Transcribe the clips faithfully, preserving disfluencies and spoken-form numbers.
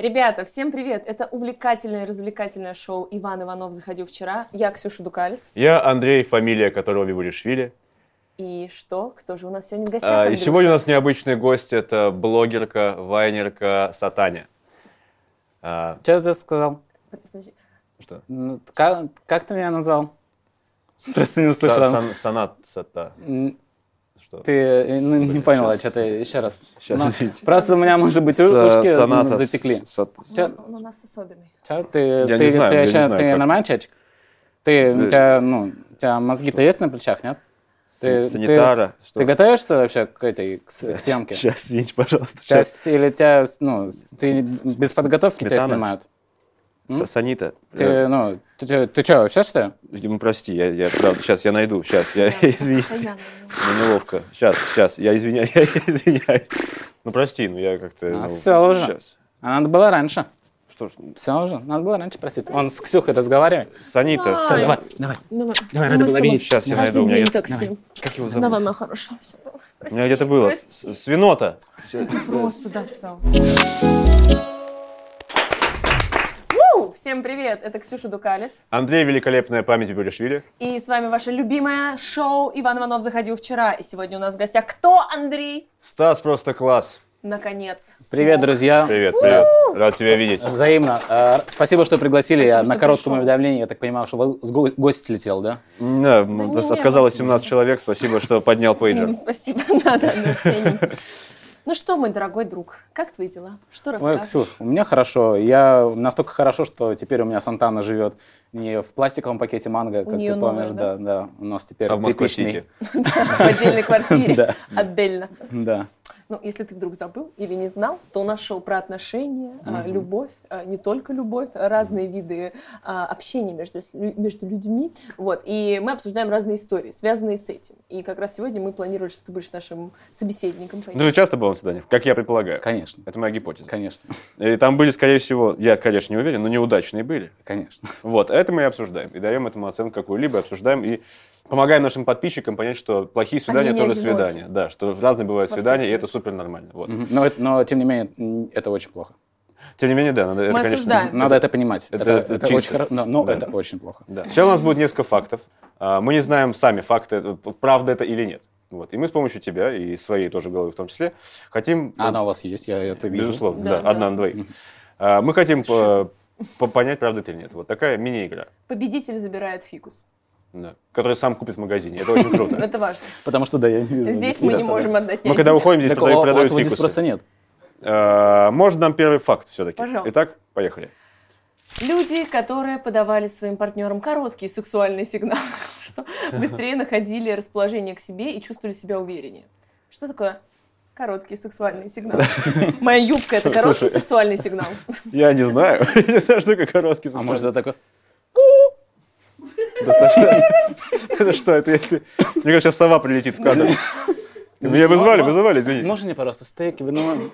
Ребята, всем привет! Это увлекательное и развлекательное шоу «Иван Иванов заходил вчера». Я Ксюша Дукалис. Я Андрей, фамилия которого Вибулишвили. И что? Кто же у нас сегодня в гостях? А, и сегодня у нас необычный гость. Это блогерка, вайнерка Сатаня. А... Что ты сказал? Подожди. Что? Ну, как, как ты меня назвал? Просто не услышал. Сан, санат, сата. Что? Ты ну, не понял, а что ты еще раз. Сейчас, Но, просто у меня, может быть, ушки соната, затекли. Сат... Он, он у нас особенный. Че? Ты, я ты, не знаю, ты, я еще, не знаю, ты как... нормальный человек? Ты, у, тебя, ну, у тебя мозги-то есть на плечах, нет? Ты, Санитара. Ты, ты готовишься вообще к этой к, к съемке? Сейчас, извините, пожалуйста. Сейчас. Сейчас, или тебя, ну, ты без подготовки тебя снимают? Санита. Ты, ну, ты, ты что, вообще что ли? Ну, прости, я, я правда, сейчас я найду, сейчас, я, извините, мне неловко, сейчас, сейчас, я извиняюсь, я извиняюсь, ну, прости, ну, я как-то, а, ну, все уже, сейчас. А надо было раньше. Что ж? Все уже, надо было раньше простить, он с Ксюхой разговаривает. Санита, все, давай, давай, давай, давай, надо было видеть. Сейчас я найду, у меня, так с ним. Как его зовут? Давай, моя хорошая. У меня где-то было, свинота. Просто достал. Всем привет, это Ксюша Дукалис. Андрей, великолепная память Вибулишвили. И с вами ваше любимое шоу «Иван Иванов заходил вчера». И сегодня у нас в гостях кто, Андрей? Стас просто класс. Наконец. Привет, смог. друзья. Привет, привет. Рад тебя видеть. Взаимно. А, спасибо, что пригласили. Спасибо, я что на коротком пришел. уведомлении, я так понимаю, что го- гость летел, да? Да, не, отказалось не. семнадцать человек, спасибо, что поднял пейджер. Спасибо, надо, мы ценим. Ну что, мой дорогой друг, как твои дела? Что Ой, расскажешь? Ксюш, у меня хорошо. Я настолько хорошо, что теперь у меня Сантана живет не в пластиковом пакете манго, как нее ты помнишь, новая, да? да, да. У нас теперь А в типичный. Москва-Сити. В отдельной квартире, Да. отдельно. Да. Ну, если ты вдруг забыл или не знал, то у нас шоу про отношения, а, любовь, а, не только любовь, а разные виды а, общения между, с- лю- между людьми. Вот. И мы обсуждаем разные истории, связанные с этим. И как раз сегодня мы планировали, что ты будешь нашим собеседником. Ты же часто был на свиданиях, как я предполагаю. Конечно. Это моя гипотеза. Конечно. И там были, скорее всего, я, конечно, не уверен, но неудачные были. Конечно. Вот, это мы и обсуждаем. И даем этому оценку какую-либо, обсуждаем и помогаем нашим подписчикам понять, что плохие свидания не тоже одиноки. свидания. Да, что разные бывают Во всех свидания, и это смыслах. супер нормально. Вот. Мгм. Но, это- но, тем не менее, м, это очень плохо. Тем не менее, да, надо, это, конечно, осуждаем. Надо это понимать. это- Это, это это чисто. очень хоро- но, но Да. это очень плохо. Да. Сейчас у нас будет несколько фактов. А, Мы не знаем сами факты, э, правда это или нет. Вот. И мы с помощью тебя и своей тоже головы в том числе хотим... А она у вас есть, я это вижу. Безусловно, Да, да, да. одна на двоих. А, Мы хотим по- по- понять, правда это или нет. Вот такая мини-игра, Победитель забирает фикус. да, которую сам купит в магазине. Это очень круто. Это важно. Потому что, да, я не вижу. Здесь мы не Да, можем отдать ни Мы когда один. уходим, здесь Так, продают у вас продают его здесь фикусы. просто нет. А, Можно нам первый факт все-таки? Пожалуйста. Итак, поехали. Люди, которые подавали своим партнерам короткие сексуальные сигналы, что быстрее находили расположение к себе и чувствовали себя увереннее. Что такое короткий сексуальный сигнал? Моя юбка — это короткий сексуальный сигнал. Я не знаю. Я не знаю, что такое короткий А сексуальный. может, это такое? Достаточно. Это что? Это если... Мне кажется, сейчас сова прилетит в кадр. Меня вызвали, вызывали, извините. Можно мне, пожалуйста, стейки, вино?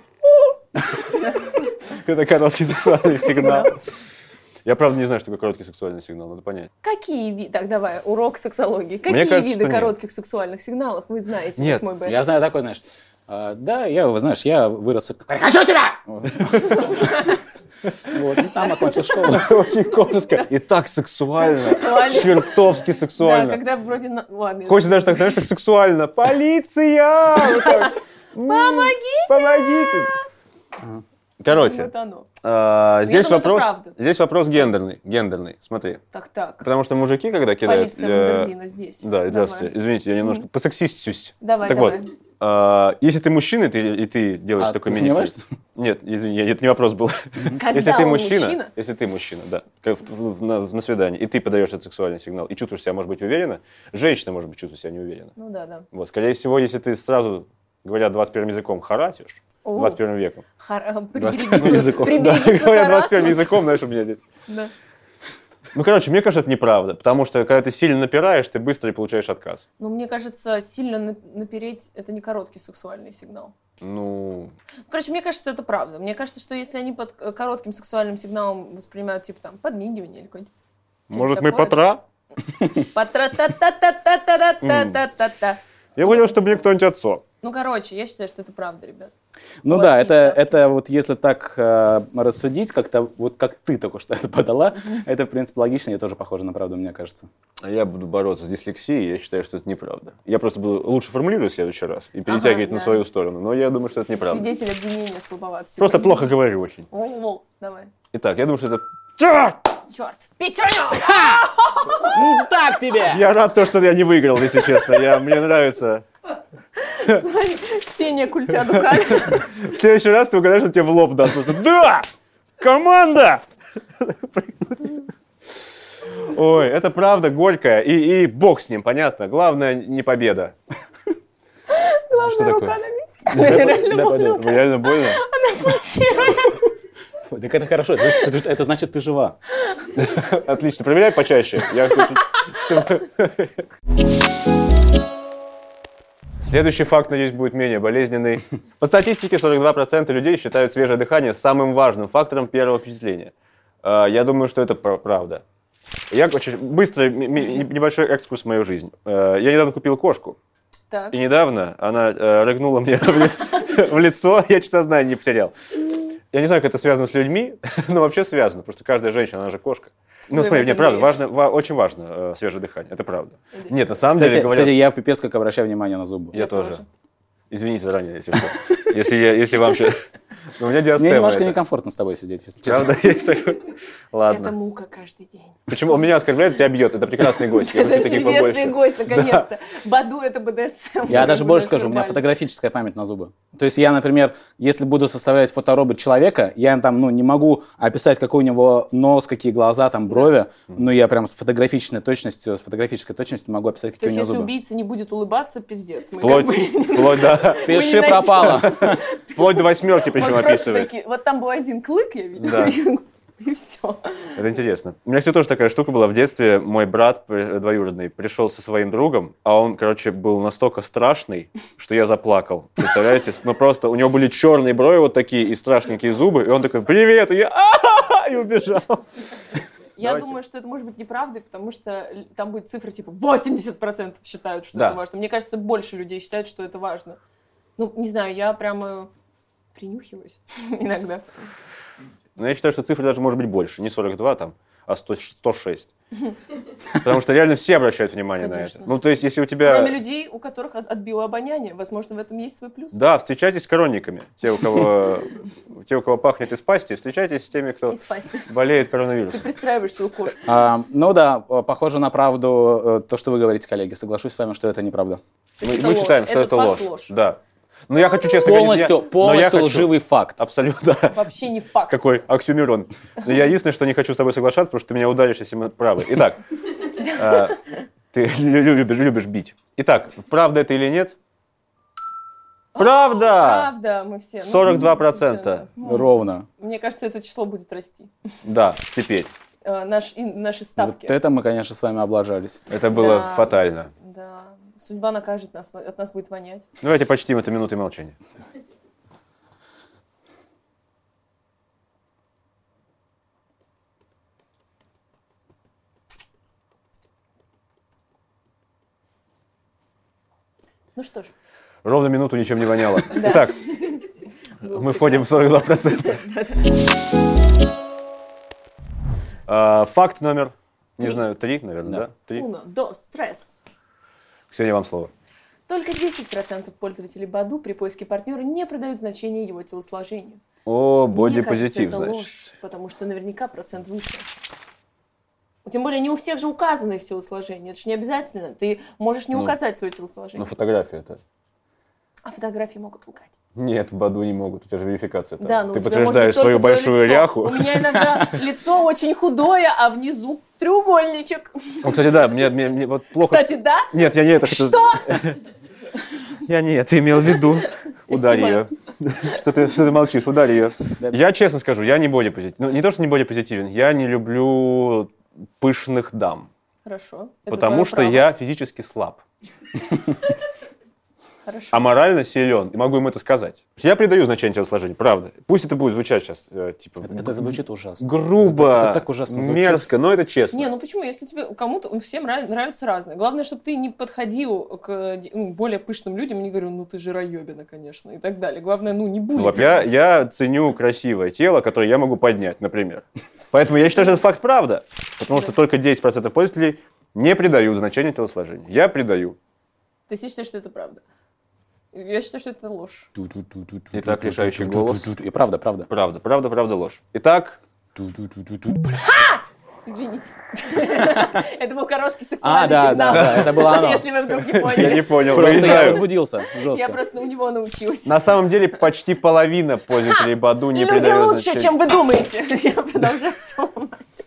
Это короткий сексуальный сигнал. Я правда не знаю, что такое короткий сексуальный сигнал, надо понять. Какие виды... Так, давай, урок сексологии. Какие Мне кажется, виды что нет. коротких сексуальных сигналов вы знаете? Нет. восьмой Б? Я знаю такой, знаешь, а, да, я, вы знаешь, я вырос... Хочу тебя! Вот, и там окончил школу. Очень коротко. И так сексуально. Сексуально. Чертовски Да, сексуально. когда вроде... на- Ладно. Хочется даже так, знаешь, так сексуально. Полиция! Вот так. Помогите! Помогите! Короче, Вот оно. а, здесь думаю, это вопрос, правда. здесь вопрос Кстати. гендерный, гендерный. Смотри, Так, так. потому что мужики, когда кидают, Полиция э, Вандерзина здесь. да, здравствуйте, Давай. извините, я немножко посексистюсь. Давай, так давай. вот, а, если ты мужчина, и ты, и ты делаешь А такой ты мини сомневаешься? Нет, извини, я- это не вопрос был. Когда если ты он мужчина, мужчина? если ты мужчина, да, как в- в- на, на свидании, и ты подаешь этот сексуальный сигнал, и чувствуешь себя, может быть, уверенно, женщина, может быть, чувствует себя неуверенно. Ну да, да. Вот, скорее всего, если ты сразу, говоря двадцать первым языком, харатишь, О. двадцать первым веком, Хар... э, двадцать Прибереги первым свой- языком. прибереги свой говоря двадцать первым харассмент. языком, знаешь, у меня здесь. Да. Ну, короче, мне кажется, это неправда, потому что, когда ты сильно напираешь, ты быстро и получаешь отказ. Но мне кажется, сильно на- напереть — это не короткий сексуальный сигнал. Ну, Короче, мне кажется, это правда. Мне кажется, что если они под э, коротким сексуальным сигналом воспринимают, типа, там, подмигивание или какое-нибудь... может, мы такое? потра? Патра-та-та-та-та-та-та-та-та-та-та. Я понял, что мне кто-нибудь отцо. Ну, короче, я считаю, что это правда, ребят. Ну да, это, это вот если так э, рассудить, как-то вот как ты только что это подала, это, в принципе, логично, и тоже похоже на правду, мне кажется. А я буду бороться с дислексией, я считаю, что это неправда. Я просто буду лучше формулировать в следующий раз и перетягивать ага, на да. свою сторону, но я думаю, что это неправда. Свидетель обвинения слабоват. Просто плохо говорю очень. О, давай. Итак, я думаю, что это... Черт! Пятерня! Так тебе! Я рад, то, что я не выиграл, если честно. Я, мне нравится... Ксения Культя-Дукалец. В следующий раз ты угадаешь, что тебе в лоб даст. Да! Команда! Ой, это правда горькая. И, и бог с ним, понятно. Главное, не победа. Главное, что рука такое? На месте. Реально больно? Она пульсирует. Так это хорошо, это значит, это значит, ты жива. Отлично, проверяй почаще. Я хочу, чтобы... Следующий факт, надеюсь, будет менее болезненный. По статистике, сорок два процента людей считают свежее дыхание самым важным фактором первого впечатления. Я думаю, что это правда. Я очень быстро, небольшой экскурс в мою жизнь. Я недавно купил кошку. Так. И недавно она рыгнула мне в лицо, я чуть сознание не потерял. Я не знаю, как это связано с людьми, но вообще связано, потому что каждая женщина, она же кошка. Ну, смотри, мне правда, важно, ва- очень важно э, свежее дыхание, это правда. Нет, на самом кстати, деле говорят... Кстати, я пипец как обращаю внимание на зубы. Я, я тоже. тоже. Извините заранее, если, если, я, если вам... Но у меня диастема. Мне немножко это. некомфортно с тобой сидеть, если честно. Правда, есть такое? Ладно. Это мука каждый день. Почему? Он меня оскорбляет, тебя бьет. Это прекрасный гость. Я это чудесный гость, наконец-то. Баду это бэ дэ эс эм. Я даже больше скажу, у меня фотографическая память на зубы. То есть я, например, если буду составлять фоторобот человека, я там, ну, не могу описать, какой у него нос, какие глаза, там, брови, но я прям с фотографической точностью, с фотографической точностью могу описать, какие у него зубы. То есть если убийца не будет улыбаться, пиздец. Вплоть, вплоть до... Пиши пропало. Вплоть до восьмерки причем описывает. Вот там был один клык, я видела, да. и все. Это интересно. У меня, кстати, тоже такая штука была в детстве. Мой брат двоюродный пришел со своим другом, а он, короче, был настолько страшный, что я заплакал. Представляете? Ну просто у него были черные брови вот такие и страшненькие зубы, и он такой: «Привет!» И я и убежал. Я Давайте. думаю, что это может быть неправдой, потому что там будет цифра типа восемьдесят процентов считают, что да. это важно. Мне кажется, больше людей считают, что это важно. Ну, не знаю, я прямо принюхиваюсь иногда. Но я считаю, что цифра даже может быть больше. Не сорок два там, а сто, сто шесть. Потому что реально все обращают внимание Конечно. на это. Ну, то есть, если у тебя... Кроме людей, у которых отбило обоняние. Возможно, в этом есть свой плюс. Да, встречайтесь с коронниками. Те, у кого, те, у кого пахнет из пасти, встречайтесь с теми, кто болеет коронавирусом. Ты пристраиваешь свою кошку. А, ну да, похоже на правду то, что вы говорите, коллеги. Соглашусь с вами, что это неправда. Мы, мы считаем, что это, это ложь. ложь. Да. Но я хочу честно полностью, говорить... Полностью я лживый хочу, факт. Абсолютно. Вообще не факт. Какой оксюмирон. Но я единственное, что не хочу с тобой соглашаться, потому что ты меня ударишь, если мы правы. Итак, ты любишь бить. Итак, правда это или нет? Правда! Правда, мы все. сорок два процента. Ровно. Мне кажется, это число будет расти. Да, теперь. Наши ставки. Вот это мы, конечно, с вами облажались. Это было фатально. Да. Судьба накажет нас, от нас будет вонять. Давайте почтим это минутой молчания. Ну что ж. Ровно минуту ничем не воняло. Итак, мы входим в сорок два процента. Факт номер, не знаю, три, наверное, да? Три. Uno, dos, tres. Ксения, вам слово. Только десять процентов пользователей Баду при поиске партнера не придают значения его телосложению. О, бодипозитив, значит. Ложь, потому что наверняка процент выше. Тем более не у всех же указано их телосложение. Это же не обязательно. Ты можешь не ну, указать свое телосложение. Ну, фотография это. А фотографии могут лгать. Нет, в Баду не могут, у тебя же верификация. Там. Да, ну, ты подтверждаешь свою большую лицо. ряху. У меня иногда лицо очень худое, а внизу треугольничек. Ну, кстати, да, мне, мне, мне вот плохо... Кстати, да? Нет, я не это... Что? Я не это имел в виду. Ударь ее. Что ты, что ты молчишь, ударь ее. Я честно скажу, я не бодипозитивен. Ну, не то, что не бодипозитивен, я не люблю пышных дам. Хорошо. Потому что я физически слаб. Хорошо. аморально силен, и могу им это сказать. Я придаю значение телосложению, правда. Пусть это будет звучать сейчас, э, типа... Это, это звучит ужасно. Грубо, это, это так ужасно звучит. мерзко, но это честно. Не, ну почему? Если тебе кому-то, всем нравится разное. Главное, чтобы ты не подходил к ну, более пышным людям и не говорил, ну ты жироебина, конечно, и так далее. Главное, ну не булить. Вот я, я ценю красивое тело, которое я могу поднять, например. Поэтому я считаю, что этот факт правда. Потому что только десять процентов пользователей не придают значения телосложению. Я придаю. То есть я считаю, что это правда? Я считаю, что это ложь. Итак, решающий голос. И правда, правда. Правда, правда, правда, ложь. Итак... Извините. Это был короткий сексуальный А, да, сигнал. да, да, это было оно. Если вы вдруг не поняли. Я не понял. Просто я Выезжаю. возбудился жестко. Я просто у него научилась. На самом деле почти половина пользователей Баду не Люди придает лучше, значения. чем вы думаете. Я продолжаю все ломать.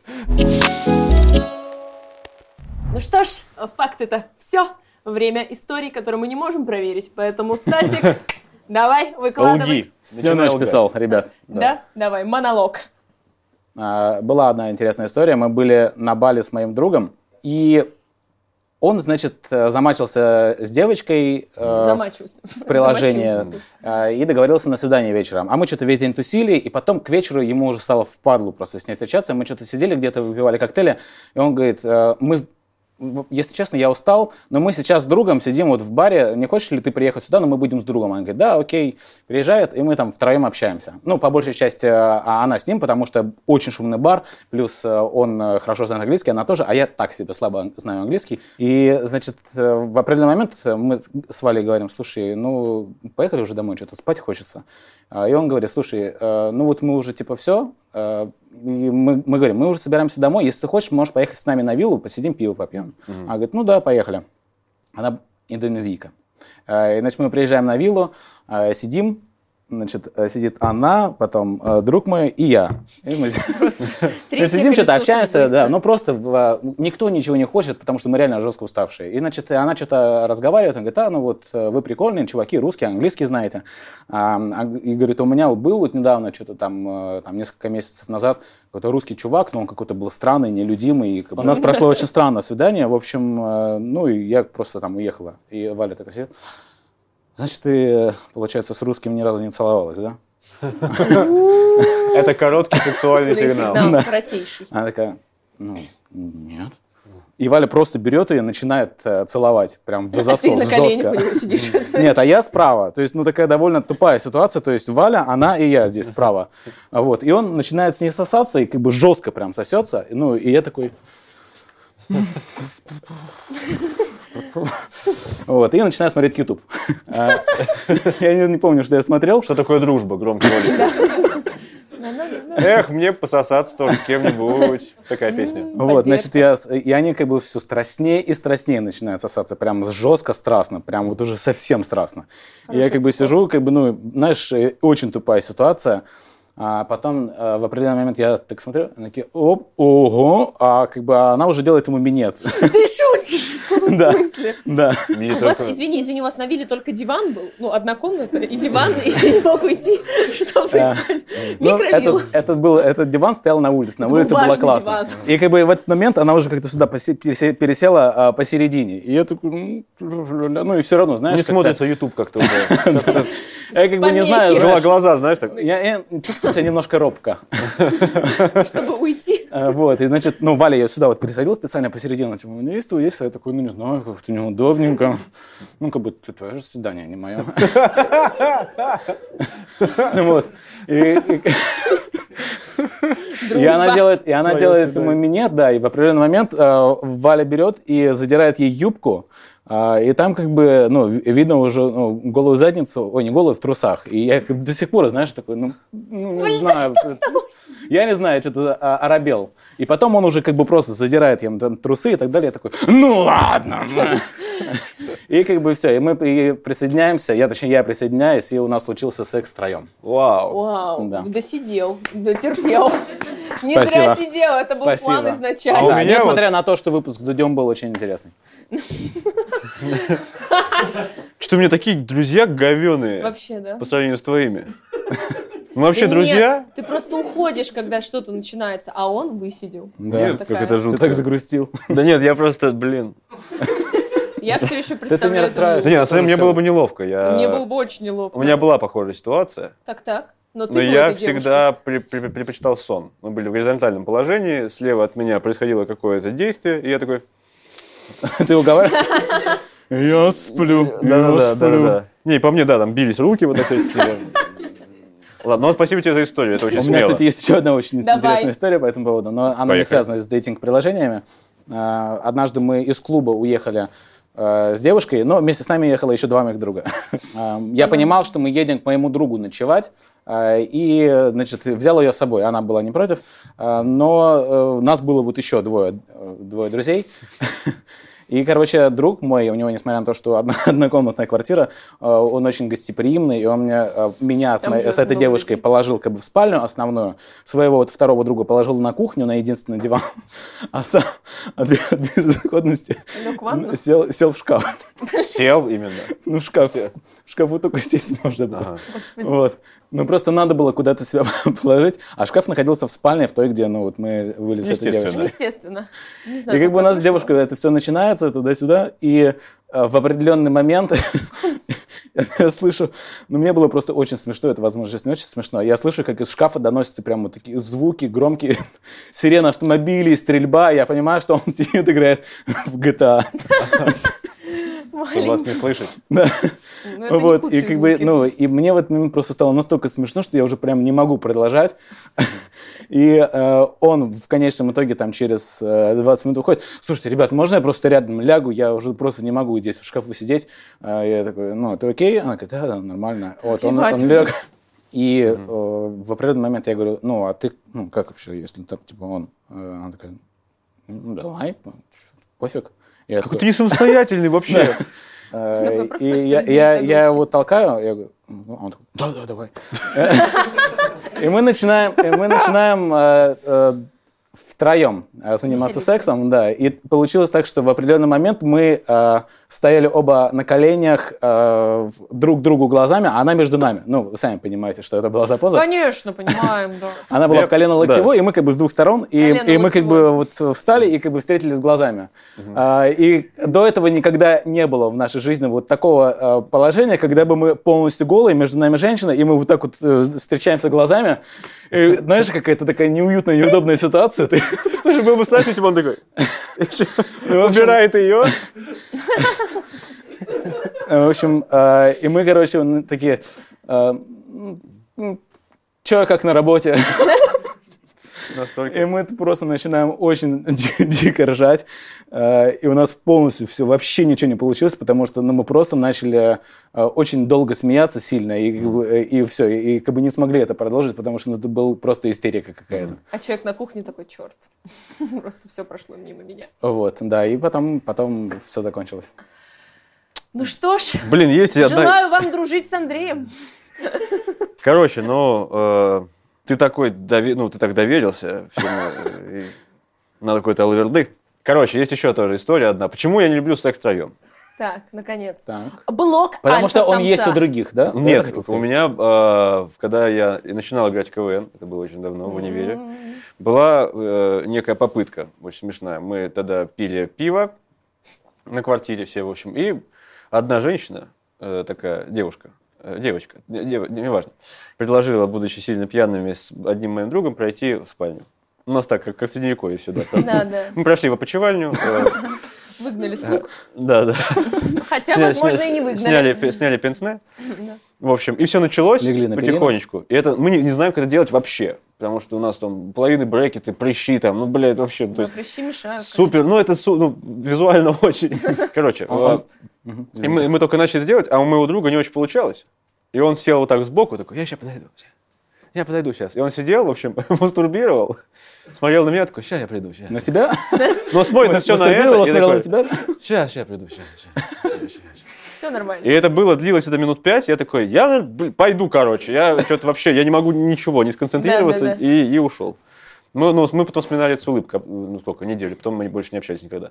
Ну что ж, факт это все. Время истории, которую мы не можем проверить. Поэтому, Стасик, давай, выкладывай. Лги. Всю Начинай ночь лгать. писал, ребят. Да? Давай, монолог. А, Была одна интересная история. Мы были на Бали с моим другом, и он, значит, замачился с девочкой э, Замачился. в приложении Замочился. э, и договорился на свидание вечером. А мы что-то весь день тусили, и потом к вечеру ему уже стало впадлу просто с ней встречаться. Мы что-то сидели где-то, выпивали коктейли, и он говорит, э, мы... с- в- Если честно, я устал, но мы сейчас с другом сидим вот в баре, не хочешь ли ты приехать сюда, но мы будем с другом. Она говорит, да, окей, приезжает, и мы там втроем общаемся. Ну, по большей части, а она с ним, потому что очень шумный бар, плюс э, он э, хорошо знает английский, она тоже, а я так себе слабо знаю английский. И, значит, э, в определенный момент мы с Валей говорим, слушай, ну, поехали уже домой, что-то спать хочется. А, И он говорит, слушай, э, ну вот мы уже типа все, э, и мы, мы говорим, мы уже собираемся домой, если ты хочешь, можешь поехать с нами на виллу, посидим, пиво попьем. Она говорит, ну да, поехали. Она индонезийка. Э, И, значит, мы приезжаем на виллу, э, сидим, значит, э, сидит она, потом э, друг мой и я. И мы Просто мы третье сидим, что-то колесо общаемся, судьбы. да, но просто в- никто ничего не хочет, потому что мы реально жестко уставшие. И, значит, она что-то разговаривает, она говорит, а, ну вот, э, вы прикольные, чуваки, русские, английский знаете. А, а, и говорит, у меня вот был вот недавно, что-то там, э, там, несколько месяцев назад, какой-то русский чувак, но он какой-то был странный, нелюдимый. И как бы у нас прошло очень странное свидание, в общем, э, ну, и я просто там уехала. И Валя такая сидит. Значит, ты, получается, с русским ни разу не целовалась, да? Это короткий сексуальный Это сигнал. сигнал коротейший. Она такая, ну, нет. И Валя просто берет ее и начинает э, целовать, прям в А ты засос, на коленях у жестко. него сидишь. Нет, а я справа. То есть, ну, такая довольно тупая ситуация. То есть, Валя, она и я здесь справа. А Вот. И он начинает с ней сосаться и как бы жестко прям сосется. Ну, и я такой... Вот. И я начинаю смотреть YouTube. А, Я не не помню, что я смотрел. Что такое дружба? Громкий ролик. Эх, мне пососаться тоже с кем-нибудь. Такая песня. Вот, значит, я, с- и они как бы все страстнее и страстнее начинают сосаться, прям жестко страстно, прям вот уже совсем страстно. И я как бы сижу, как бы, ну, знаешь, э, очень тупая ситуация. А потом э, в определенный момент я так смотрю, они такие, оп, ого, а как бы она уже делает ему минет. Ты шутишь? В Да. смысле? Да. Мне У вас, только- извини, извини, у вас на вилле только диван был? Ну, одна комната и диван, и ты не мог уйти. Что происходит? Ну, Микровилла. этот, этот, был, этот диван стоял на улице, на Это был улице было важный классно. диван. И как бы в этот момент она уже как-то сюда посе- пересе- пересела а, посередине. И я такой, ну, ну и все равно, знаешь, Не как-то- смотрится YouTube как-то уже. Как-то Я как бы не Помехи. знаю, гла- знаешь, глаза, знаешь, так. я, я чувствую себя немножко робко. Чтобы уйти. А, Вот, и значит, ну, Валя я сюда вот пересадил специально посередину, типа, у меня есть, есть, а я такой, ну, не знаю, как-то неудобненько. Ну, как бы, это твое же свидание, не мое. Вот. И- и- И она делает, и она Твоё делает свидание. ему минет, да, и в определенный момент э, Валя берет и задирает ей юбку, а, и там как бы, ну, ви- видно уже ну, голую задницу, ой, не голую, в трусах. И я как бы до сих пор, знаешь, такой, ну, ну, не знаю. Я не знаю, что-то а, оробел. И потом он уже как бы просто задирает ему там трусы и так далее. Я такой, ну ладно. И как бы все, и мы и присоединяемся, я, точнее, я присоединяюсь, и у нас случился секс втроем. Вау. Вау, Да. досидел, дотерпел. Не Спасибо. зря сидел, это был Спасибо. план А у изначально. Да, меня несмотря вот- на то, что выпуск с Дудем был очень интересный. Что у меня такие друзья говёные Вообще, да. по сравнению с твоими. Мы вообще Да друзья? нет, ты просто уходишь, когда что-то начинается, а он высидел. Да. Нет, как Такая. это Ты жутко. так загрустил. Да нет, я просто, блин. Я все еще Ты не представляю. расстраивайся. Да нет, на самом деле мне было бы неловко. Я... Мне было бы очень неловко. У меня была похожая ситуация. Так-так. Но, ты Но был я этой всегда при- при- предпочитал сон. Мы были в горизонтальном положении, слева от меня происходило какое-то действие, и я такой... Ты уговариваешь? Я сплю, я сплю. Не, по мне, да, там бились руки вот так. Ладно, ну спасибо тебе за историю, это очень У меня, смело. кстати, есть еще одна очень Давай. интересная история по этому поводу, но она Поехали. не связана с дейтинг-приложениями. А, Однажды мы из клуба уехали э, с девушкой, но вместе с нами ехало еще два моих друга. А, Я понимал, что мы едем к моему другу ночевать, а, и, значит, взял ее с собой. Она была не против, а, но э, нас было вот еще двое, э, двое друзей. И, короче, друг мой, у него, несмотря на то, что одна, однокомнатная квартира, э, он очень гостеприимный, и он мне, э, меня с, Там моей- же с этой много девушкой людей. положил как бы в спальню основную, своего вот второго друга положил на кухню, на единственный диван, а сам от бе- от безысходности Лёг в ванну? сел, сел в шкаф. Сел именно. Ну, в шкаф. В шкафу только сесть можно было. Ага. Господи. Вот. Ну, просто надо было куда-то себя положить, а шкаф находился в спальне, в той, где, ну, вот мы были с этой Естественно. девушкой. Естественно. Не знаю, И как бы у нас с вышло. девушкой это все начинается туда-сюда, и э, в определенный момент я слышу, ну мне было просто очень смешно, это, возможно, сейчас не очень смешно, я слышу, как из шкафа доносятся прям вот такие звуки громкие, сирена автомобилей, стрельба, я понимаю, что он сидит, играет в джи ти эй. Чтобы вас не слышать. Да. Ну, это не Вот, и худшие как бы, звуки. ну, и мне в этот момент просто стало настолько смешно, что я уже прям не могу продолжать. И э, он в конечном итоге там через э, двадцать минут уходит. Слушайте, ребят, можно я просто рядом лягу? Я уже просто не могу здесь в шкафу сидеть. А я такой, ну, это окей? Она говорит, да, да, нормально. Вот, он, Ебать он уже. лег. И э, в определенный момент я говорю, ну, а ты, ну, как вообще, если там, типа, он? Э, Она такая, ну, давай, пофиг. Я Какой такой, ты не самостоятельный вообще. Э, Ну, просто И хочется я, разделить я, на я доски. его толкаю, я говорю, ну, он такой, да-да, давай. И мы начинаем, и мы начинаем э, э, втроем э, заниматься Веселиться. сексом, да. И получилось так, что в определенный момент мы э, стояли оба на коленях э, в- друг другу глазами, а она между нами. Ну, вы сами понимаете, что это была за поза. Конечно, понимаем, да. Она была Я- в колено-локтевой, и мы как бы с двух сторон, и, и мы как бы Колено-локтевой. вот встали и как бы встретились глазами. А, и до этого никогда не было в нашей жизни вот такого а, положения, когда бы мы полностью голые, между нами женщина, и мы вот так вот э, встречаемся глазами. И, знаешь, какая-то такая неуютная, неудобная ситуация. Ты, Ты же был бы страшный, типа он такой. ну, в общем, Убирает ее. в общем, а, и мы, короче, ну, такие, а, м, чё, как на работе? Настолько. И мы просто начинаем очень ди- дико ржать. Э, И у нас полностью все, вообще ничего не получилось, потому что ну, мы просто начали э, очень долго смеяться сильно, и, как бы, э, и все, и как бы не смогли это продолжить, потому что ну, это была просто истерика какая-то. А человек на кухне такой, черт. Просто все прошло мимо меня. Вот, да, и потом, потом все закончилось. Ну что ж, Блин, есть одна... желаю вам дружить с Андреем. Короче, ну, э, ты такой, дове- ну, ты так доверился всему, э, и надо какой-то алаверды. Короче, есть еще тоже история одна. Почему я не люблю секс втроем? Так, наконец. Так. Блок Потому что он альфа-самца. есть у других, да? Ты это Нет, хотел у сказать? меня, э, когда я и начинал играть в КВН, это было очень давно, в универе, была э, некая попытка, очень смешная. Мы тогда пили пиво на квартире все, в общем, и одна женщина, э, такая девушка, э, девочка, не- дев- не- неважно, предложила, будучи сильно пьяными, с одним моим другом пройти в спальню. У нас так, как, как в Средневековье все, да. Да, да. Мы прошли в опочивальню. э, Выгнали слуг. Да, да. Хотя, Сня- возможно, сня- и не выгнали. Сняли, пе- сняли пенсне. Да. В общем, и все началось Легли на потихонечку. И это мы не, не знаем, как это делать вообще. Потому что у нас там половины брекеты, прыщи там, ну, блядь, вообще. Ну, то Да, есть, прыщи мешают. супер, ну, это су- ну, визуально очень. Короче, э, и мы, мы только начали это делать, а у моего друга не очень получалось. И он сел вот так сбоку, такой, я сейчас подойду. Я подойду сейчас. И он сидел, в общем, мастурбировал, смотрел на меня, такой, сейчас я приду, сейчас. На тебя? Но смотрит на все на это. Мастурбировал, и смотрел такой, на тебя? Сейчас, сейчас приду, сейчас, сейчас. Все нормально. И это было, длилось это минут пять, я такой, я блин, пойду, короче, я что-то вообще, я не могу ничего, не сконцентрироваться, Да, да, да. И, и ушел. Мы, ну, мы потом вспоминали это с улыбкой, ну сколько, неделю, потом мы больше не общались никогда.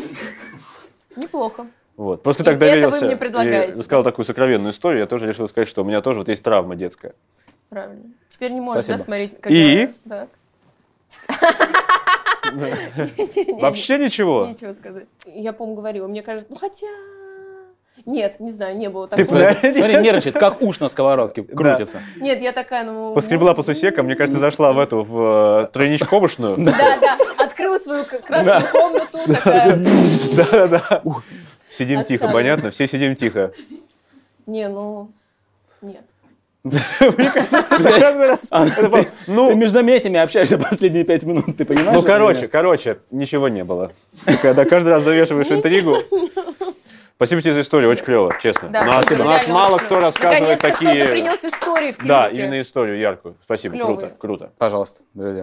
Неплохо. Вот. Просто И так это вы доверился. мне предлагаете, И да? сказал такую сокровенную историю, я тоже решил сказать, что у меня тоже вот есть травма детская. Правильно. Теперь не можешь, да, Спасибо. смотреть, И? когда... Так. Вообще ничего? Нечего сказать. Я, по-моему, говорила, мне кажется, ну хотя... Нет, не знаю, не было Ты такого. смотри, смотри, нервничает, как уж на сковородке крутится. Нет, я такая, ну... Поскребла по сусекам, мне кажется, зашла в эту, в э, тройничковушную. Да, да, открыла свою к- красную комнату, такая... Да, да. Сидим тихо, Отстала. понятно? Все сидим тихо. Не, ну... Нет. Каждый раз. Это было, Ты Ну, между заметиями общаешься последние пять минут, ты понимаешь? ну, это короче, или нет? короче, ничего не было. Ты Когда каждый раз завешиваешь интригу. Спасибо тебе за историю, очень клево, честно. Да, У нас, спасибо, у нас реально мало очень кто клево. рассказывает Наконец-то кто-то такие... принес истории в клинике. Да, именно историю яркую. Спасибо, Клёвые. круто, круто. Пожалуйста, друзья.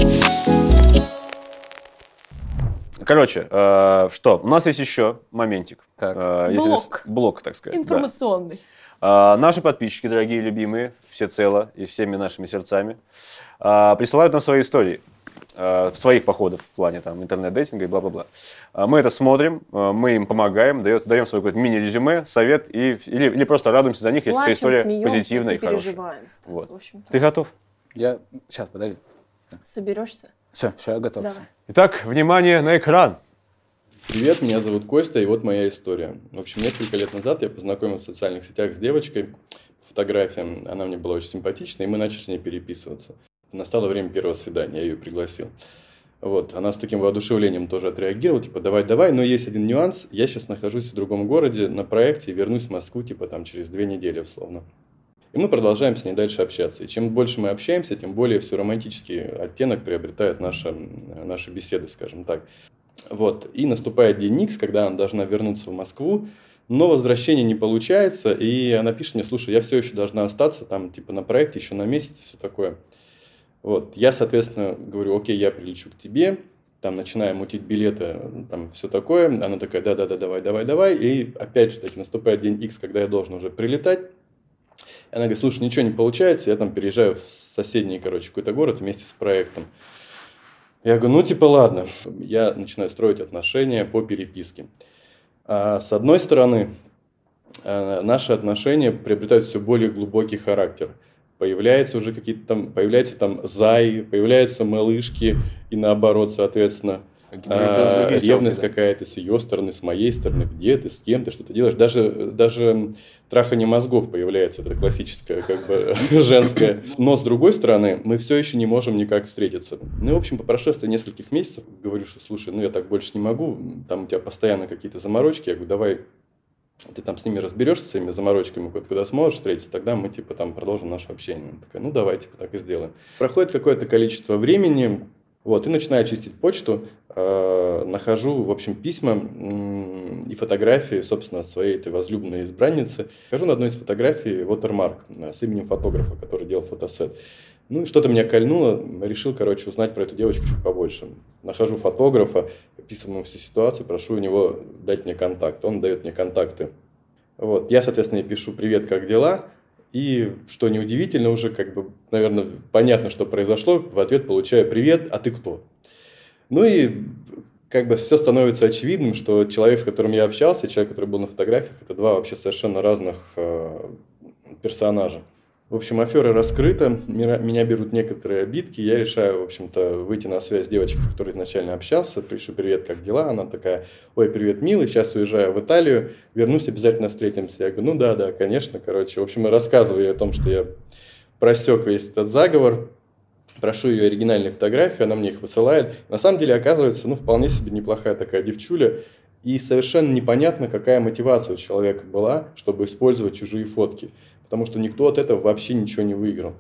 Короче, э, что, у нас есть еще моментик. Так. Э, если Блок. с- Блок, так сказать. да. Информационный. А, Наши подписчики, дорогие, любимые, всецело и всеми нашими сердцами, а, присылают нам свои истории а, своих походов в плане там интернет-дейтинга и бла-бла-бла. А, Мы это смотрим, а, мы им помогаем, даем, даем свой какой-то мини-резюме, совет, и, или, или просто радуемся за них, если эта Плачем, история смеемся, позитивная и хорошая. сопереживаем, Стас, Вот. в общем-то. Ты готов? Я... Сейчас, подожди. Соберешься? Все, сейчас я готов. Давай. Итак, внимание на экран. Привет, меня зовут Костя, и вот моя история. В общем, несколько лет назад я познакомился в социальных сетях с девочкой по фотографиям. Она мне была очень симпатична, и мы начали с ней переписываться. Настало время первого свидания, я ее пригласил. Вот, она с таким воодушевлением тоже отреагировала, типа, давай-давай, но есть один нюанс, я сейчас нахожусь в другом городе на проекте и вернусь в Москву, типа, там, через две недели, условно. И мы продолжаем с ней дальше общаться. И чем больше мы общаемся, тем более все романтический оттенок приобретают наши, наши беседы, скажем так. Вот. И наступает день Икс, когда она должна вернуться в Москву, но возвращение не получается, и она пишет мне, слушай, я все еще должна остаться там, типа, на проекте еще на месяц, все такое. Вот. Я, соответственно, говорю, окей, я прилечу к тебе, там, начинаем мутить билеты, там, все такое. Она такая, да-да-да, давай, давай, давай. И опять же таки наступает день Икс, когда я должен уже прилетать. И она говорит, слушай, ничего не получается, я там переезжаю в соседний, короче, какой-то город вместе с проектом. Я говорю, ну, типа, ладно. Я начинаю строить отношения по переписке. А с одной стороны, наши отношения приобретают все более глубокий характер. Появляются уже какие-то там, появляются там зайи, появляются малышки, и наоборот, соответственно, а, ревность какая-то с ее стороны, с моей стороны, где ты, с кем ты, что ты делаешь. Даже, даже трахание мозгов появляется, это классическое, как бы, женское. Но, с другой стороны, мы все еще не можем никак встретиться. Ну, и, в общем, по прошествии нескольких месяцев говорю, что, слушай, ну, я так больше не могу, там у тебя постоянно какие-то заморочки. Я говорю, давай ты там с ними разберешься, с своими заморочками, когда сможешь встретиться, тогда мы, типа, там продолжим наше общение. Она такая, ну, давай, типа, так и сделаем. Проходит какое-то количество времени, вот, и начинаю чистить почту, э, нахожу, в общем, письма м- и фотографии, собственно, своей этой возлюбленной избранницы. Нахожу на одной из фотографий watermark с именем фотографа, который делал фотосет. Ну, и что-то меня кольнуло, решил, короче, узнать про эту девочку чуть побольше. Нахожу фотографа, описываю ему всю ситуацию, прошу у него дать мне контакт. Он дает мне контакты. Вот. Я, соответственно, пишу «Привет, как дела?» И, что неудивительно, уже, как бы, наверное, понятно, что произошло. В ответ получаю «Привет, а ты кто?» Ну и, как бы, все становится очевидным, что человек, с которым я общался, человек, который был на фотографиях, это два вообще совершенно разных э, персонажа. В общем, афера раскрыта, меня берут некоторые обидки, я решаю, в общем-то, выйти на связь с девочкой, с которой изначально общался, пишу «Привет, как дела?» Она такая «Ой, привет, милый, сейчас уезжаю в Италию, вернусь, обязательно встретимся». Я говорю, ну да, да, конечно, короче. В общем, я рассказываю ей о том, что я просек весь этот заговор, прошу ее оригинальные фотографии, она мне их высылает. На самом деле, оказывается, ну, вполне себе неплохая такая девчуля, и совершенно непонятно, какая мотивация у человека была, чтобы использовать чужие фотки. Потому что никто от этого вообще ничего не выиграл.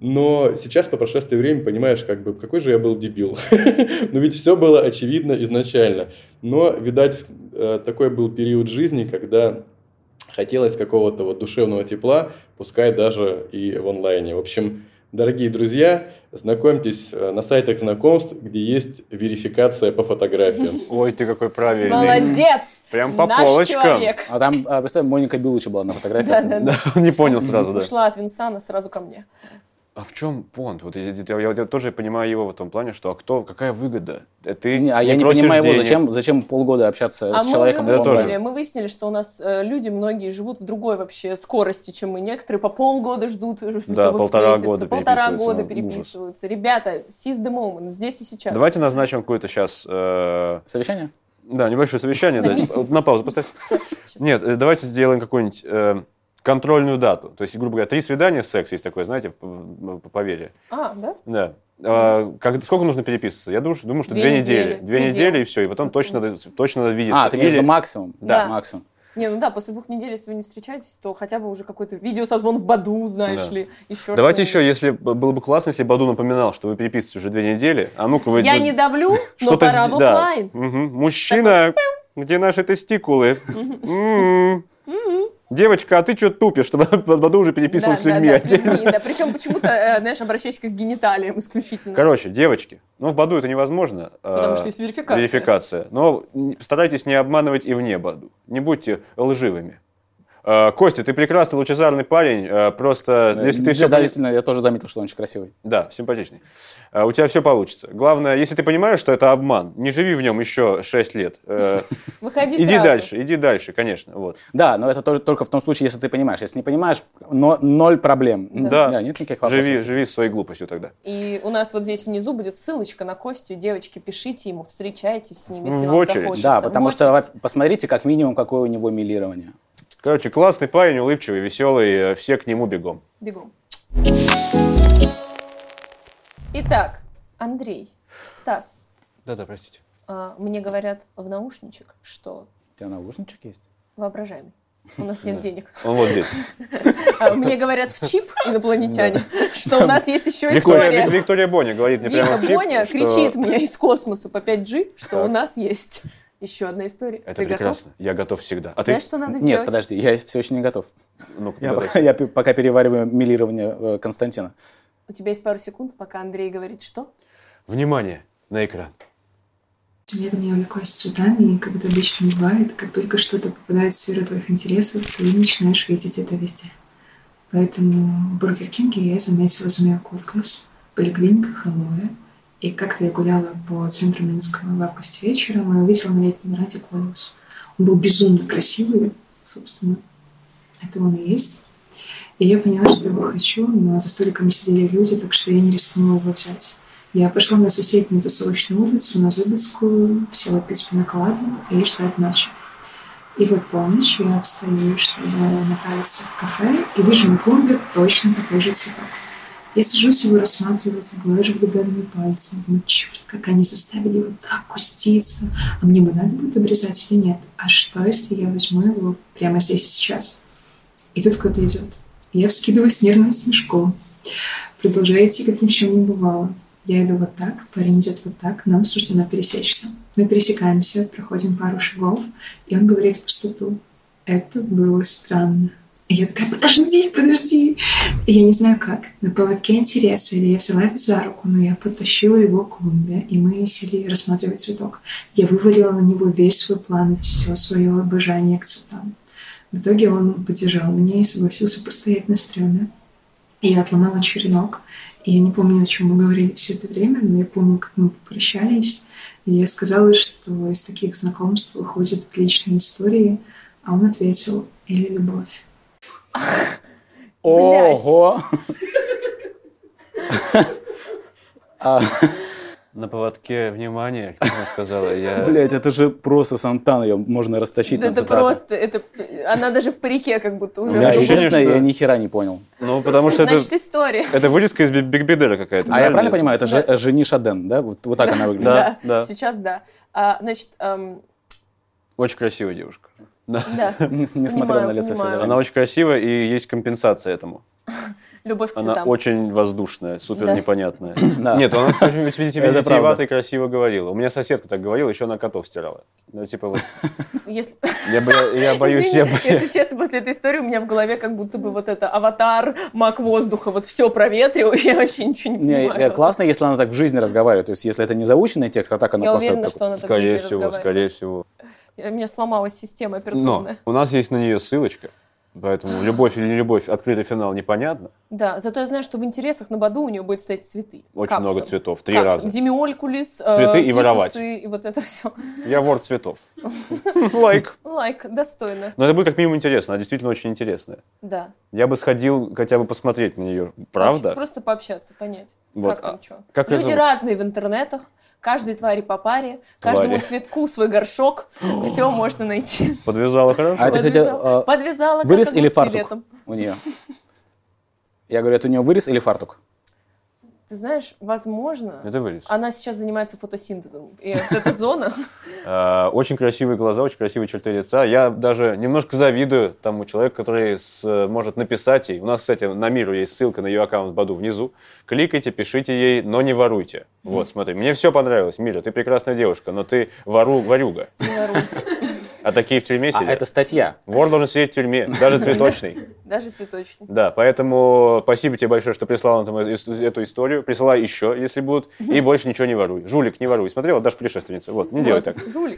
Но сейчас, по прошествии времени, понимаешь, как бы, какой же я был дебил. Но ведь все было очевидно изначально. Но, видать, такой был период жизни, когда хотелось какого-то вот душевного тепла, пускай даже и в онлайне. В общем, дорогие друзья, знакомьтесь на сайтах знакомств, где есть верификация по фотографиям. Ой, ты какой правильный. Молодец! Прям по Наш полочкам. человек. А там, а, представь, Моника Белуччи была на фотографии. Да-да-да. Не понял сразу, да. Ушла от Винсана сразу ко мне. А в чем понт? Вот я, я, я, я тоже понимаю его в том плане, что а кто, какая выгода? Ты Не, а я не просишь понимаю его, денег. зачем, зачем полгода общаться А с мы человеком? уже Это тоже. выяснили, мы выяснили, что у нас э, люди, многие живут в другой вообще скорости, чем мы. Некоторые по полгода ждут, чтобы Да, полтора встретиться. года полтора переписываются. года Ужас. переписываются. Ребята, seize the moment, здесь и сейчас. Давайте назначим какое-то сейчас... Э, Совещание? да, небольшое совещание. На да. митинг. На паузу поставь. Сейчас. Нет, э, давайте сделаем какую-нибудь э, контрольную дату. То есть, грубо говоря, три свидания, секс есть такое, знаете, по, по поверье. А, да? Да. А, как, сколько нужно переписываться? Я думаю, что, думаю, что Две две недели. недели. Две Предел. недели и все. И потом точно, надо- точно надо видеться. А, ты имеешь в Или- виду максимум? Да. Максимум. Не, ну да, после двух недель, если вы не встречаетесь, то хотя бы уже какой-то видеосозвон в Баду, знаешь Да. ли, еще Давайте что-нибудь. еще, если б- было бы классно, если Баду напоминал, что вы переписываетесь уже две недели, а ну-ка вы... Я вы- не давлю, но что-то пора сд- в да. оффлайн. Мгм. Мужчина, где наши тестикулы? М-м. Девочка, а ты что тупишь? Чтобы Баду уже переписывал с Да, людьми. да, да, с людьми, да. Причем почему-то, э, знаешь, обращаясь к гениталиям исключительно. Короче, девочки, ну в Баду это невозможно. Потому а, что есть верификация. верификация. Но н- старайтесь не обманывать и вне Баду. Не будьте лживыми. А, Костя, ты прекрасный, лучезарный парень. а, Просто если ты Да, все... да, действительно, я тоже заметил, что он очень красивый. Да, симпатичный. А, У тебя все получится. Главное, если ты понимаешь, что это обман, не живи в нем еще шесть лет. Э, Выходи Иди сразу. дальше, иди дальше, конечно. Вот. Да, но это тол- только в том случае, если ты понимаешь. Если не понимаешь, но ноль проблем. Да. нет никаких вопросов. Живи, живи своей глупостью тогда. И у нас вот здесь внизу будет ссылочка на Костю. Девочки, пишите ему, встречайтесь с ним, если В вам очередь. захочется. Да, В потому очередь. что вот посмотрите, как минимум, какое у него милирование. Короче, классный парень, улыбчивый, веселый, э, все к нему бегом. Бегом. Итак, Андрей, Стас, Да-да, простите. а, мне говорят в наушничек, что У тебя наушничек есть? воображаемый. У нас нет денег. Он вот здесь. А, Мне говорят в чип инопланетяне, что у нас есть еще Виктория, история. Вик- Виктория Боня говорит мне Вика прямо в чип, Боня что кричит мне из космоса по пять джи, что Так. у нас есть еще одна история. Это Ты готов? прекрасно. Я готов всегда. А Знаешь, ты? что надо Нет, сделать? подожди, я все еще не готов. Ну-ка, Я подожди. пока, я пи- пока перевариваю милирование э, Константина. У тебя есть пару секунд, пока Андрей говорит что? Внимание на экран. Летом я увлеклась цветами, и, как это обычно бывает, как только что-то попадает в сферу твоих интересов, ты начинаешь видеть это везде. Поэтому в Бургер Кинге я заметила змея-кулькас, в поликлиниках алоэ, и как-то я гуляла по центру Минска в августе вечером и увидела на летнем веранде колиус. Он был безумно красивый, собственно, это он и есть. И я поняла, что его хочу, но за столиками сидели люди, так что я не рискнула его взять. Я пошла на соседнюю тусовочную улицу, на Зубицкую, села пить пиноколаду и ждать ночи. И вот полночь я встаю, чтобы направиться в кафе, и вижу на клумбе точно такой же цветок. Я сажусь его рассматривать, глажу влюбленными пальцами, думаю, черт, как они заставили его так куститься, а мне бы надо будет обрезать или нет? А что, если я возьму его прямо здесь и сейчас? И тут кто-то идет. Я вскидываюсь с нервным смешком, продолжаю идти, как ни в чем не бывало. Я иду вот так, парень идет вот так, нам суждено пересечься. Мы пересекаемся, проходим пару шагов, и он говорит в пустоту. Это было странно. И я такая, подожди, подожди. И я не знаю как, на поводке интереса, или я взяла его за руку, но я подтащила его к клумбе, и мы сели рассматривать цветок. Я вывалила на него весь свой план и все свое обожание к цветам. В итоге он поддержал меня и согласился постоять на стреме. Я отломала черенок. И я не помню, о чем мы говорили все это время, но я помню, как мы попрощались. И я сказала, что из таких знакомств выходят отличные истории. А он ответил, или любовь. Ого! А, На поводке внимание, как она сказала. Я... Блять, это же просто Сантана, ее можно растащить на Это цитаты. просто, это, она даже в парике как будто уже. Да, Да, ощущение, единственное, что- я ни хера не понял. Ну, потому что это, Значит, история. это вырезка из Биг Бедера какая-то. А я правильно понимаю, это же Жени Шаден, да? Вот, вот так она выглядит. Да, да. Сейчас да. А, значит, эм, Очень красивая девушка. Да. да, Не, не смотрел Понимаю, на лицо все понимаю. это Она время. очень красивая, и есть компенсация этому. любовь к Она цветам. очень воздушная, супер Да. непонятная. Да. Нет, она, кстати, ведь видите, Это витиевато правда. и красиво говорила. У меня соседка так говорила, еще она котов стирала. Ну, типа вот, Если... я, бо- я, я боюсь, я Извини, боюсь. если честно, после этой истории у меня в голове как будто бы вот это аватар, маг воздуха, вот все проветрил, и я вообще ничего не Не, понимаю. э, классно, если она так в жизни разговаривает. То есть, если это не заученный текст, а так она Я просто... уверена, так что она так в Скорее жизни всего, разговаривает. скорее всего. У меня сломалась система Но операционная. у нас есть на нее ссылочка. Поэтому любовь или не любовь, открытый финал непонятно. Да, зато я знаю, что в интересах на Баду у нее будет стоять цветы. Очень Капсом. много цветов, три Капсом. раза. Зимиолькулис, Цветы э, и воровать. И вот это все. Я вор цветов. Лайк. Лайк, достойно. Но это будет как минимум интересно, она действительно очень интересная. Да. Я бы сходил хотя бы посмотреть на нее, правда? Просто пообщаться, понять, Вот. как там что. Как Люди это- разные в интернетах, каждой твари по паре, Твари. каждому цветку свой горшок, все можно найти. Подвязала хорошо. А это, кстати, Подвязала, э, Подвязала, вырез как или огурцы фартук летом. у нее? Я говорю, это у нее вырез или фартук? Ты знаешь, возможно, Это вырез. она сейчас занимается фотосинтезом. И вот эта зона... А, Очень красивые глаза, очень красивые черты лица. Я даже немножко завидую тому человеку, который с- может написать ей. У нас, кстати, на Миру есть ссылка на ее аккаунт Баду внизу. Кликайте, пишите ей, но не воруйте. Вот, смотри, мне все понравилось. Мира, ты прекрасная девушка, но ты вору, ворюга. Не воруй. А такие в тюрьме А сидят. это статья. Вор должен сидеть в тюрьме, даже цветочный. Даже цветочный. Да, поэтому спасибо тебе большое, что прислал нам эту историю. Присылай еще, если будут. И больше ничего не воруй. Жулик, не воруй. Смотрела, даже путешественница. Вот, не делай так. Жулик.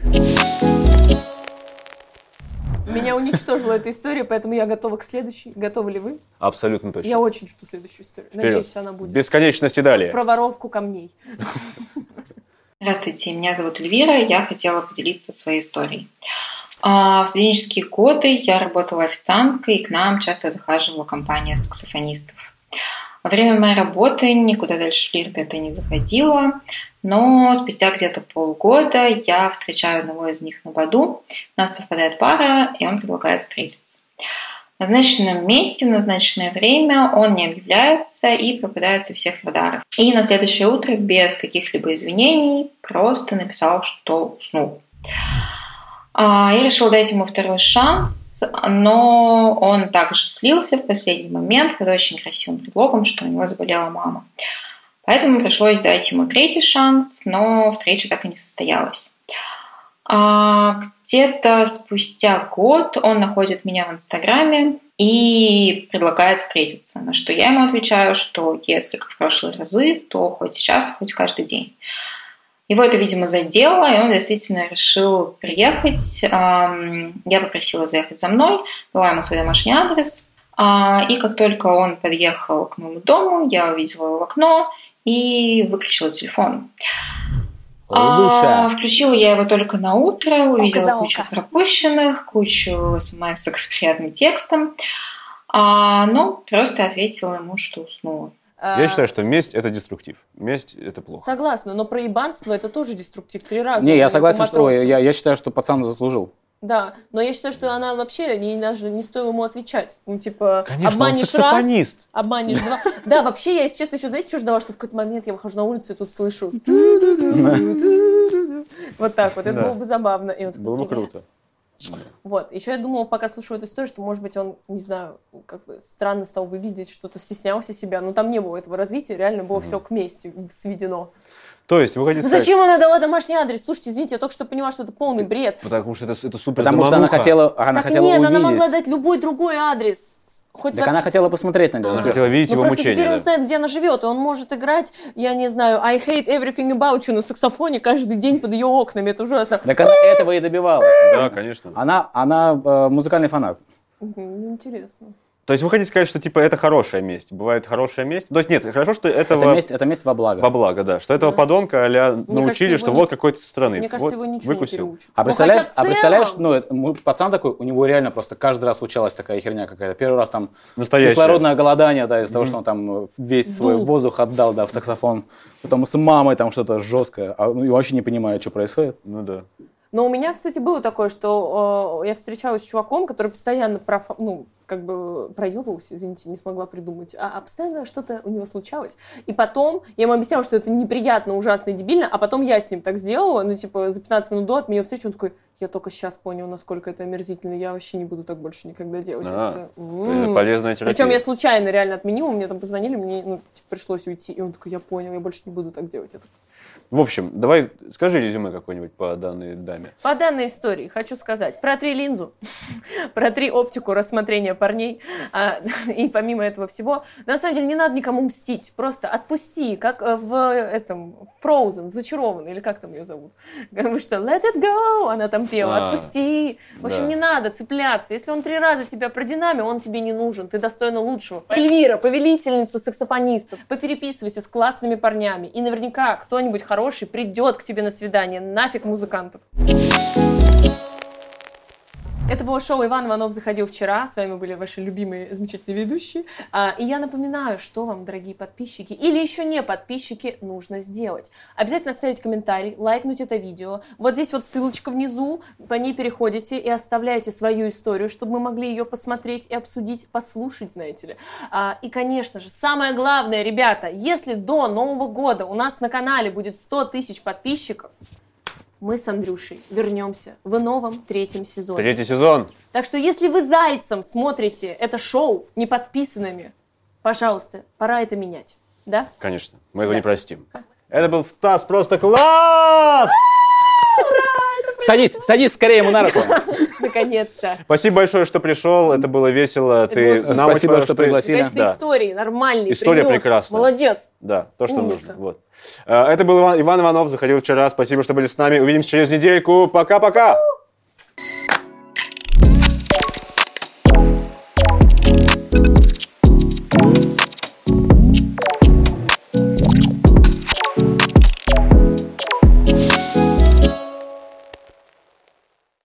Меня уничтожила эта история, поэтому я готова к следующей. Готовы ли вы? Абсолютно точно. Я очень жду следующую историю. Вперед. Надеюсь, она будет. Бесконечности далее. Про воровку камней. Здравствуйте, меня зовут Эльвира, я хотела поделиться своей историей. А, В студенческие годы я работала официанткой, и к нам часто захаживала компания саксофонистов. Во время моей работы никуда дальше флирта это не заходило, но спустя где-то полгода я встречаю одного из них на Баду, у нас совпадает пара, и он предлагает встретиться. В назначенном месте, в назначенное время он не объявляется и пропадает со всех радаров. И на следующее утро без каких-либо извинений просто написал, что уснул. А, Я решила дать ему второй шанс, но он также слился в последний момент под очень красивым предлогом, что у него заболела мама. Поэтому пришлось дать ему третий шанс, но встреча так и не состоялась. А, Где-то спустя год он находит меня в Инстаграме и предлагает встретиться, на что я ему отвечаю, что если как в прошлые разы, то хоть сейчас, хоть каждый день. Его это, видимо, задело, и он действительно решил приехать. Я попросила заехать за мной, дала ему свой домашний адрес. И как только он подъехал к моему дому, я увидела его в окно и выключила телефон. А, включила я его только на утро, увидела за кучу око. пропущенных, кучу смс-ок с приятным текстом. А, ну, просто ответила ему, что уснула. Я считаю, что месть – это деструктив. Месть – это плохо. Согласна, но проебанство это тоже деструктив. Три раза. Не, он я был согласен, что матросом. я, я считаю, что пацан заслужил. Да, но я считаю, что она вообще не, даже не стоило ему отвечать. Ну, типа, Конечно, он обманешь раз, саксофонист. обманешь два. Да, вообще, я, если честно, еще, знаете, что ждала, что в какой-то момент я выхожу на улицу и тут слышу вот так вот. Это Да. было бы забавно. И он такой, Было бы «Привет». круто. Вот. Еще я думала, пока слушаю эту историю, что, может быть, он, не знаю, как бы странно стал выглядеть, что-то стеснялся себя. Но там не было этого развития, реально было все к мести сведено. То есть вы хотите Ну сказать, зачем она дала домашний адрес? Слушайте, извините, я только что поняла, что это полный бред. потому что это, это супер Потому что она замануха. хотела, она Так хотела нет, увидеть. она могла дать любой другой адрес. Хоть Так вообще... она хотела посмотреть на него. Она сверху. хотела видеть Ну его просто мучения. теперь он да. знает, где она живет, и он может играть, я не знаю, I hate everything about you на саксофоне каждый день под ее окнами. Это ужасно. Так она этого и добивалась. Да, конечно. Она, она э, музыкальный фанат. Мгм, интересно. То есть вы хотите сказать, что типа это хорошая месть? Бывает хорошая месть? То есть нет, хорошо, что этого... Это месть, это месть во благо. Во благо, да. Что этого Да. подонка а-ля кажется, научили, его что не- вот какой-то со стороны. Мне кажется, вот, его ничего выкусил. не переучит. А Ну, представляешь, хотя в а представляешь, целом- ну, это, мы- пацан такой, у него реально просто каждый раз случалась такая херня какая-то. Первый раз там Настоящее. кислородное голодание, да, из-за того, что он там весь свой Дул. воздух отдал, да, в саксофон. Потом с мамой там что-то жесткое, а, ну, и вообще не понимает, что происходит. Ну да. Но у меня, кстати, было такое, что э, я встречалась с чуваком, который постоянно проф... ну, как бы проебывался, извините, не смогла придумать, а, а постоянно что-то у него случалось. И потом я ему объясняла, что это неприятно, ужасно и дебильно, а потом я с ним так сделала, ну, типа, за пятнадцать минут до от меня встречи, он такой, я только сейчас понял, насколько это омерзительно, я вообще не буду так больше никогда делать. А, Я такая, То есть это полезная терапия. Причем я случайно реально отменила, мне там позвонили, мне ну, типа, пришлось уйти, и он такой, я понял, я больше не буду так делать. Я такая, В общем, давай скажи резюме какое-нибудь по данной даме. по данной истории хочу сказать, протри линзу, протри оптику рассмотрения обожание парней. А, и помимо этого всего, на самом деле не надо никому мстить. Просто отпусти, как в этом Frozen, Зачарованный, или как там ее зовут. Потому что let it go, она там пела, А, отпусти. В общем, да. не надо цепляться. Если он три раза тебя продинамил, он тебе не нужен. Ты достойна лучшего. Эльвира, повелительница саксофонистов. Попереписывайся с классными парнями. И наверняка кто-нибудь хороший придет к тебе на свидание. Нафиг музыкантов. Это было шоу «Иван Иванов заходил вчера». С вами были ваши любимые замечательные ведущие. И я напоминаю, что вам, дорогие подписчики, или еще не подписчики, нужно сделать. Обязательно оставить комментарий, лайкнуть это видео. Вот здесь вот ссылочка внизу, по ней переходите и оставляете свою историю, чтобы мы могли ее посмотреть и обсудить, послушать, знаете ли. И, конечно же, самое главное, ребята, если до Нового года у нас на канале будет сто тысяч подписчиков, мы с Андрюшей вернемся в новом третьем сезоне. Третий сезон. Так что если вы зайцем смотрите это шоу не подписанными, пожалуйста, пора это менять. Да? Конечно, мы его Да. не простим. Это был Стас, просто класс! Садись, садись скорее ему на руку. Наконец-то. Спасибо большое, что пришел. Это было весело. Ты было нам Спасибо, очень что понравилось, пригласили. Наконец-то Да. истории нормальные. История принес. прекрасная. Молодец. Да, то, что Умница. нужно. Вот. Э, Это был Иван, Иван Иванов, заходил вчера. Спасибо, что были с нами. Увидимся через недельку. Пока-пока!